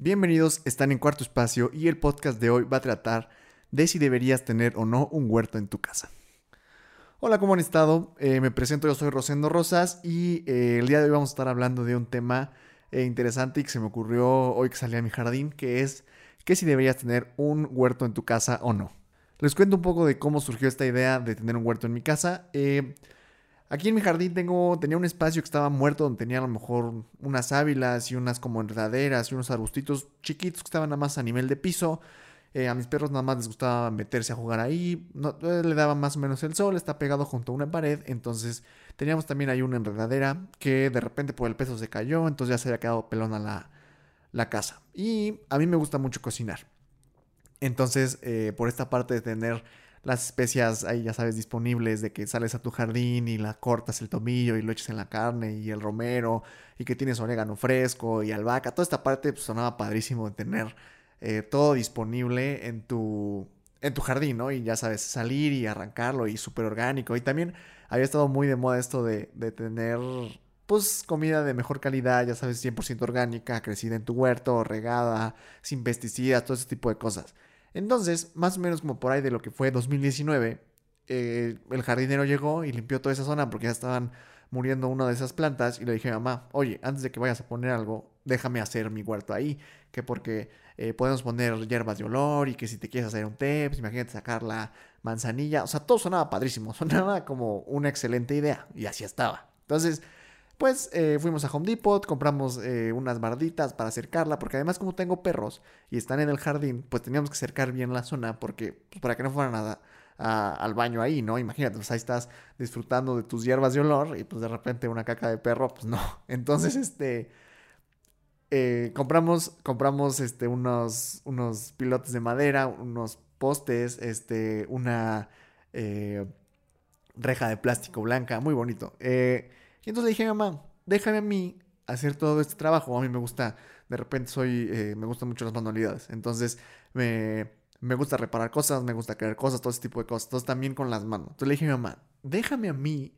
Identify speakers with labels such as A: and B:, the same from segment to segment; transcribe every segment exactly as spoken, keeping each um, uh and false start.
A: Bienvenidos, están en Cuarto Espacio y el podcast de hoy va a tratar de si deberías tener o no un huerto en tu casa. Hola, ¿cómo han estado? Eh, me presento, yo soy Rosendo Rosas y eh, el día de hoy vamos a estar hablando de un tema eh, interesante y que se me ocurrió hoy que salí a mi jardín, que es que si deberías tener un huerto en tu casa o no. Les cuento un poco de cómo surgió esta idea de tener un huerto en mi casa. Eh, Aquí en mi jardín tengo, tenía un espacio que estaba muerto donde tenía a lo mejor unas sábilas y unas como enredaderas y unos arbustitos chiquitos que estaban nada más a nivel de piso. Eh, a mis perros nada más les gustaba meterse a jugar ahí. No, eh, le daba más o menos el sol, está pegado junto a una pared. Entonces teníamos también ahí una enredadera que de repente por el peso se cayó. Entonces ya se había quedado pelona la, la casa. Y a mí me gusta mucho cocinar. Entonces eh, por esta parte de tener las especias ahí, ya sabes, disponibles, de que sales a tu jardín y la cortas el tomillo y lo echas en la carne y el romero y que tienes orégano fresco y albahaca. Toda esta parte pues, sonaba padrísimo de tener eh, todo disponible en tu, en tu jardín, ¿no? Y ya sabes, salir y arrancarlo y súper orgánico. Y también había estado muy de moda esto de, de tener pues comida de mejor calidad, ya sabes, cien por ciento orgánica, crecida en tu huerto, regada, sin pesticidas, todo ese tipo de cosas. Entonces, más o menos como por ahí de lo que fue dos mil diecinueve, eh, el jardinero llegó y limpió toda esa zona porque ya estaban muriendo una de esas plantas y le dije a mamá, oye, antes de que vayas a poner algo, déjame hacer mi huerto ahí, que porque eh, podemos poner hierbas de olor y que si te quieres hacer un té, pues imagínate sacar la manzanilla, o sea, todo sonaba padrísimo, sonaba como una excelente idea y así estaba. Entonces, pues eh, fuimos a Home Depot, compramos eh, unas barditas para cercarla, porque además como tengo perros y están en el jardín, pues teníamos que cercar bien la zona, porque pues, para que no fueran a, a, al baño ahí, ¿no? Imagínate, pues ahí estás disfrutando de tus hierbas de olor y pues de repente una caca de perro, pues no. Entonces, este, eh, compramos, compramos este, unos, unos pilotes de madera, unos postes, este, una eh, reja de plástico blanca, muy bonito. Eh, y entonces le dije a mi mamá, déjame a mí hacer todo este trabajo. A mí me gusta, de repente soy, eh, me gustan mucho las manualidades. Entonces me, me gusta reparar cosas, me gusta crear cosas, todo ese tipo de cosas. Entonces también con las manos. Entonces le dije a mi mamá, déjame a mí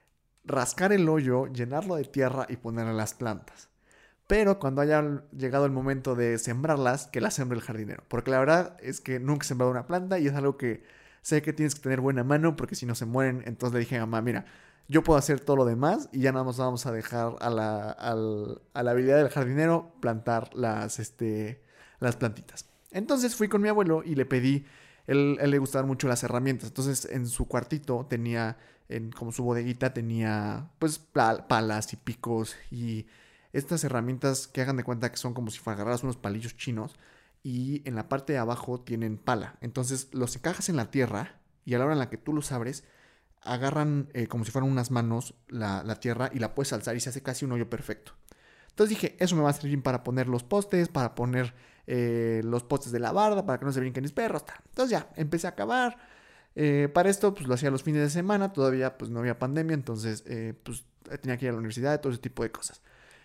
A: rascar el hoyo, llenarlo de tierra y ponerle las plantas. Pero cuando haya llegado el momento de sembrarlas, que las sembre el jardinero. Porque la verdad es que nunca he sembrado una planta y es algo que sé que tienes que tener buena mano porque si no se mueren. Entonces le dije a mamá, mira, yo puedo hacer todo lo demás y ya nada más vamos a dejar a la, al, a la habilidad del jardinero plantar las, este, las plantitas. Entonces fui con mi abuelo y le pedí, él, él le gustaban mucho las herramientas. Entonces en su cuartito tenía, en, como su bodeguita, tenía pues palas y picos y estas herramientas que hagan de cuenta que son como si agarraras unos palillos chinos y en la parte de abajo tienen pala. Entonces los encajas en la tierra y a la hora en la que tú los abres, agarran eh, como si fueran unas manos la, la tierra y la puedes alzar y se hace casi un hoyo perfecto. Entonces dije, eso me va a servir para poner los postes, para poner eh, los postes de la barda, para que no se brinquen mis perros. Tal. Entonces ya, empecé a cavar. Eh, para esto, pues lo hacía los fines de semana, todavía pues no había pandemia, entonces eh, pues tenía que ir a la universidad y todo ese tipo de cosas.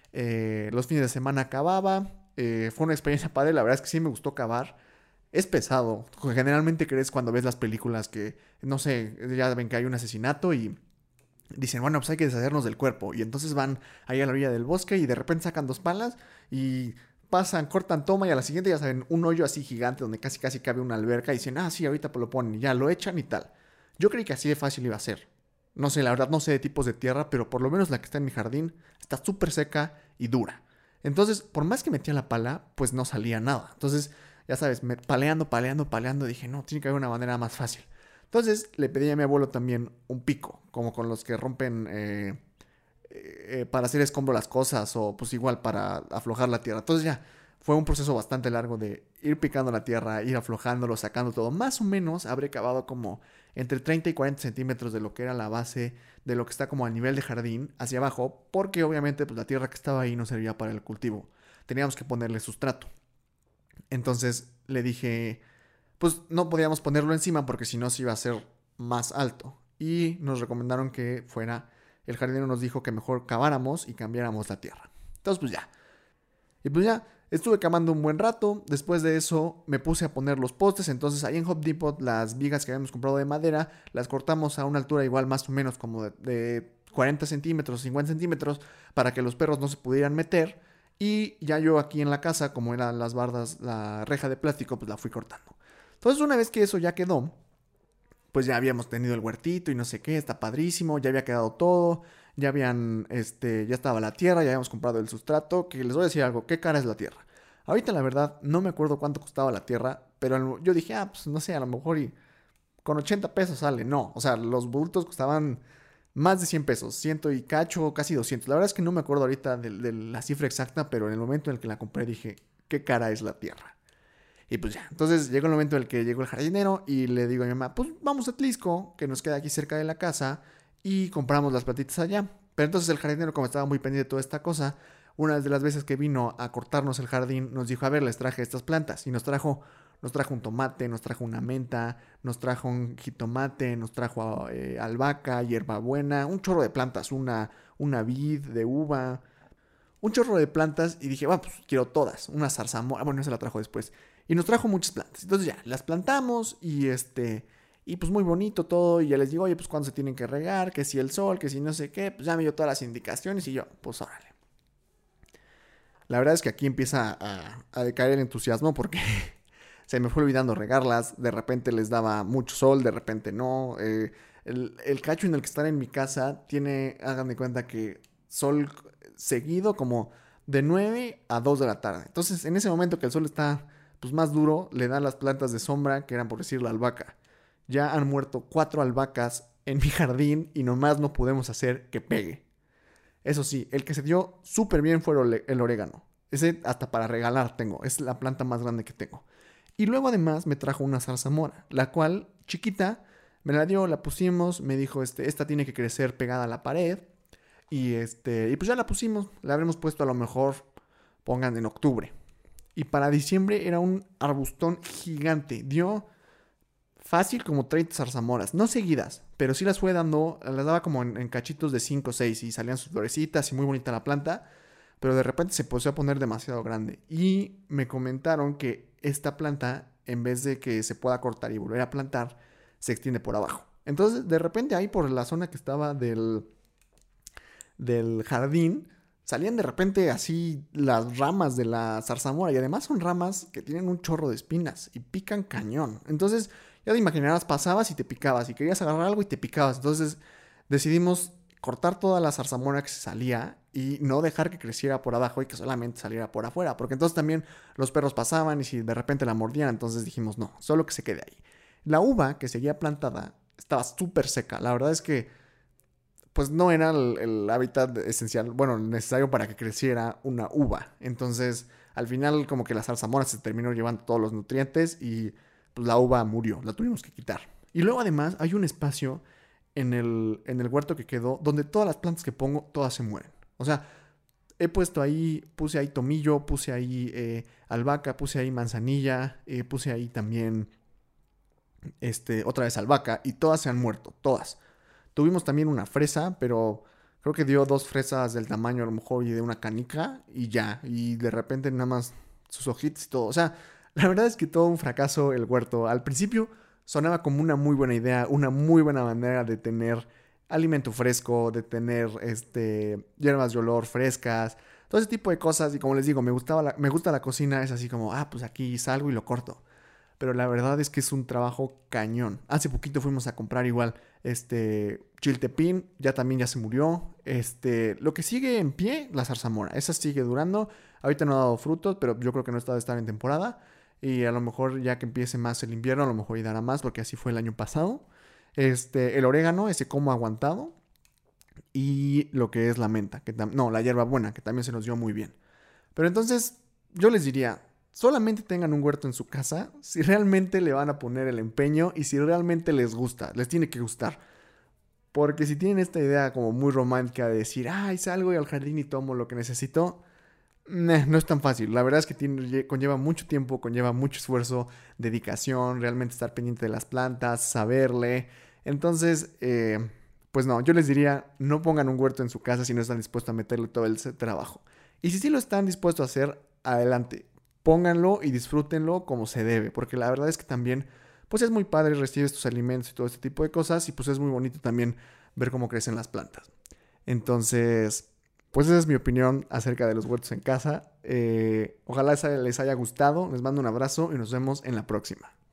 A: Eh, los fines de semana acababa, eh, fue una experiencia padre, la verdad es que sí me gustó cavar. Es pesado. Generalmente crees cuando ves las películas que, no sé, ya ven que hay un asesinato y dicen, bueno, pues hay que deshacernos del cuerpo. Y entonces van ahí a la orilla del bosque y de repente sacan dos palas y pasan, cortan toma y a la siguiente ya saben, un hoyo así gigante donde casi casi cabe una alberca y dicen, ah, sí, ahorita pues lo ponen y ya lo echan y tal. Yo creí que así de fácil iba a ser. No sé, la verdad no sé de tipos de tierra, pero por lo menos la que está en mi jardín está súper seca y dura. Entonces, por más que metía la pala, pues no salía nada. Entonces, ya sabes, me, paleando, paleando, paleando, dije, no, tiene que haber una manera más fácil. Entonces le pedí a mi abuelo también un pico, como con los que rompen eh, eh, para hacer escombro las cosas o pues igual para aflojar la tierra. Entonces ya fue un proceso bastante largo de ir picando la tierra, ir aflojándolo, sacando todo. Más o menos habré cavado como entre treinta y cuarenta centímetros de lo que era la base, de lo que está como a nivel de jardín hacia abajo, porque obviamente pues, la tierra que estaba ahí no servía para el cultivo. Teníamos que ponerle sustrato. Entonces le dije, pues no podíamos ponerlo encima porque si no se iba a hacer más alto. Y nos recomendaron que fuera, el jardinero nos dijo que mejor caváramos y cambiáramos la tierra. Entonces pues ya. Y pues ya, estuve cavando un buen rato. Después de eso me puse a poner los postes. Entonces ahí en Home Depot las vigas que habíamos comprado de madera las cortamos a una altura igual más o menos como de, de cuarenta centímetros, cincuenta centímetros para que los perros no se pudieran meter. Y ya yo aquí en la casa, como eran las bardas, la reja de plástico, pues la fui cortando. Entonces una vez que eso ya quedó, pues ya habíamos tenido el huertito y no sé qué, está padrísimo, ya había quedado todo, ya habían, este, ya estaba la tierra, ya habíamos comprado el sustrato, que les voy a decir algo, qué cara es la tierra. Ahorita la verdad no me acuerdo cuánto costaba la tierra, pero yo dije, ah, pues no sé, a lo mejor y con ochenta pesos sale. No, o sea, los bultos costaban más de cien pesos, ciento y cacho, casi doscientos. La verdad es que no me acuerdo ahorita de, de la cifra exacta, pero en el momento en el que la compré dije, qué cara es la tierra. Y pues ya, entonces llegó el momento en el que llegó el jardinero y le digo a mi mamá, pues vamos a Tlisco, que nos queda aquí cerca de la casa, y compramos las plantitas allá. Pero entonces el jardinero, como estaba muy pendiente de toda esta cosa, una de las veces que vino a cortarnos el jardín, nos dijo, a ver, les traje estas plantas. Y nos trajo, nos trajo un tomate, nos trajo una menta, nos trajo un jitomate, nos trajo eh, albahaca, hierbabuena, un chorro de plantas, una, una vid de uva, un chorro de plantas. Y dije, bueno, pues quiero todas, una zarzamora, bueno, esa la trajo después. Y nos trajo muchas plantas. Entonces ya, las plantamos y este... Y pues muy bonito todo. Y ya les digo, oye, pues cuándo se tienen que regar, que si el sol, que si no sé qué. Pues ya me dio todas las indicaciones y yo, pues órale. La verdad es que aquí empieza a, a decaer el entusiasmo porque se me fue olvidando regarlas. De repente les daba mucho sol, de repente no. Eh, el, el cacho en el que están en mi casa tiene, hagan de cuenta que sol seguido como de nueve a dos de la tarde. Entonces en ese momento que el sol está pues más duro, le dan las plantas de sombra, que eran por decir la albahaca. Ya han muerto cuatro albahacas en mi jardín y nomás no podemos hacer que pegue. Eso sí, el que se dio súper bien fue el orégano. Ese hasta para regalar tengo, es la planta más grande que tengo. Y luego además me trajo una zarzamora, la cual, chiquita, me la dio, la pusimos, me dijo, este, esta tiene que crecer pegada a la pared. Y, este, y pues ya la pusimos, la habremos puesto a lo mejor, pongan en octubre. Y para diciembre era un arbustón gigante. Dio fácil como treinta zarzamoras. No seguidas, pero sí las fue dando. Las daba como en, en cachitos de cinco o seis. Y salían sus florecitas y muy bonita la planta. Pero de repente se empezó a poner demasiado grande. Y me comentaron que esta planta, en vez de que se pueda cortar y volver a plantar, se extiende por abajo. Entonces, de repente ahí por la zona que estaba del, del jardín, salían de repente así las ramas de la zarzamora. Y además son ramas que tienen un chorro de espinas y pican cañón. Entonces, ya te imaginarás, pasabas y te picabas. Y querías agarrar algo y te picabas. Entonces, decidimos cortar toda la zarzamora que se salía y no dejar que creciera por abajo y que solamente saliera por afuera. Porque entonces también los perros pasaban y si de repente la mordían, entonces dijimos no, solo que se quede ahí. La uva que seguía plantada estaba súper seca. La verdad es que pues no era el, el hábitat esencial, bueno, necesario para que creciera una uva. Entonces, al final como que la zarzamora se terminó llevando todos los nutrientes y pues la uva murió, la tuvimos que quitar. Y luego además hay un espacio en el, en el huerto que quedó donde todas las plantas que pongo, todas se mueren. O sea, he puesto ahí, puse ahí tomillo, puse ahí eh, albahaca, puse ahí manzanilla, eh, puse ahí también este, otra vez albahaca y todas se han muerto, todas. Tuvimos también una fresa, pero creo que dio dos fresas del tamaño a lo mejor y de una canica y ya. Y de repente nada más sus ojitos y todo. O sea, la verdad es que todo un fracaso el huerto. Al principio sonaba como una muy buena idea, una muy buena manera de tener alimento fresco, de tener este, hierbas de olor frescas, todo ese tipo de cosas. Y como les digo, me, gustaba la, me gusta la cocina, es así como, ah, pues aquí salgo y lo corto. Pero la verdad es que es un trabajo cañón. Hace poquito fuimos a comprar igual este chiltepín, ya también ya se murió. Este, lo que sigue en pie, la zarzamora, esa sigue durando. Ahorita no ha dado frutos, pero yo creo que no está de estar en temporada. Y a lo mejor ya que empiece más el invierno, a lo mejor y dará más, porque así fue el año pasado. Este, el orégano, ese como aguantado. Y lo que es la menta, que tam- no, la hierbabuena, que también se nos dio muy bien. Pero entonces, yo les diría, solamente tengan un huerto en su casa si realmente le van a poner el empeño y si realmente les gusta, les tiene que gustar. Porque si tienen esta idea como muy romántica de decir, ay, salgo al jardín y tomo lo que necesito, nah, no es tan fácil. La verdad es que tiene, conlleva mucho tiempo, conlleva mucho esfuerzo, dedicación, realmente estar pendiente de las plantas, saberle. Entonces, eh, pues no, yo les diría, no pongan un huerto en su casa si no están dispuestos a meterle todo el trabajo. Y si sí lo están dispuestos a hacer, adelante. Pónganlo y disfrútenlo como se debe, porque la verdad es que también, pues es muy padre recibir estos alimentos y todo este tipo de cosas, y pues es muy bonito también ver cómo crecen las plantas. Entonces, pues esa es mi opinión acerca de los huertos en casa. Eh, ojalá les haya gustado. Les mando un abrazo y nos vemos en la próxima.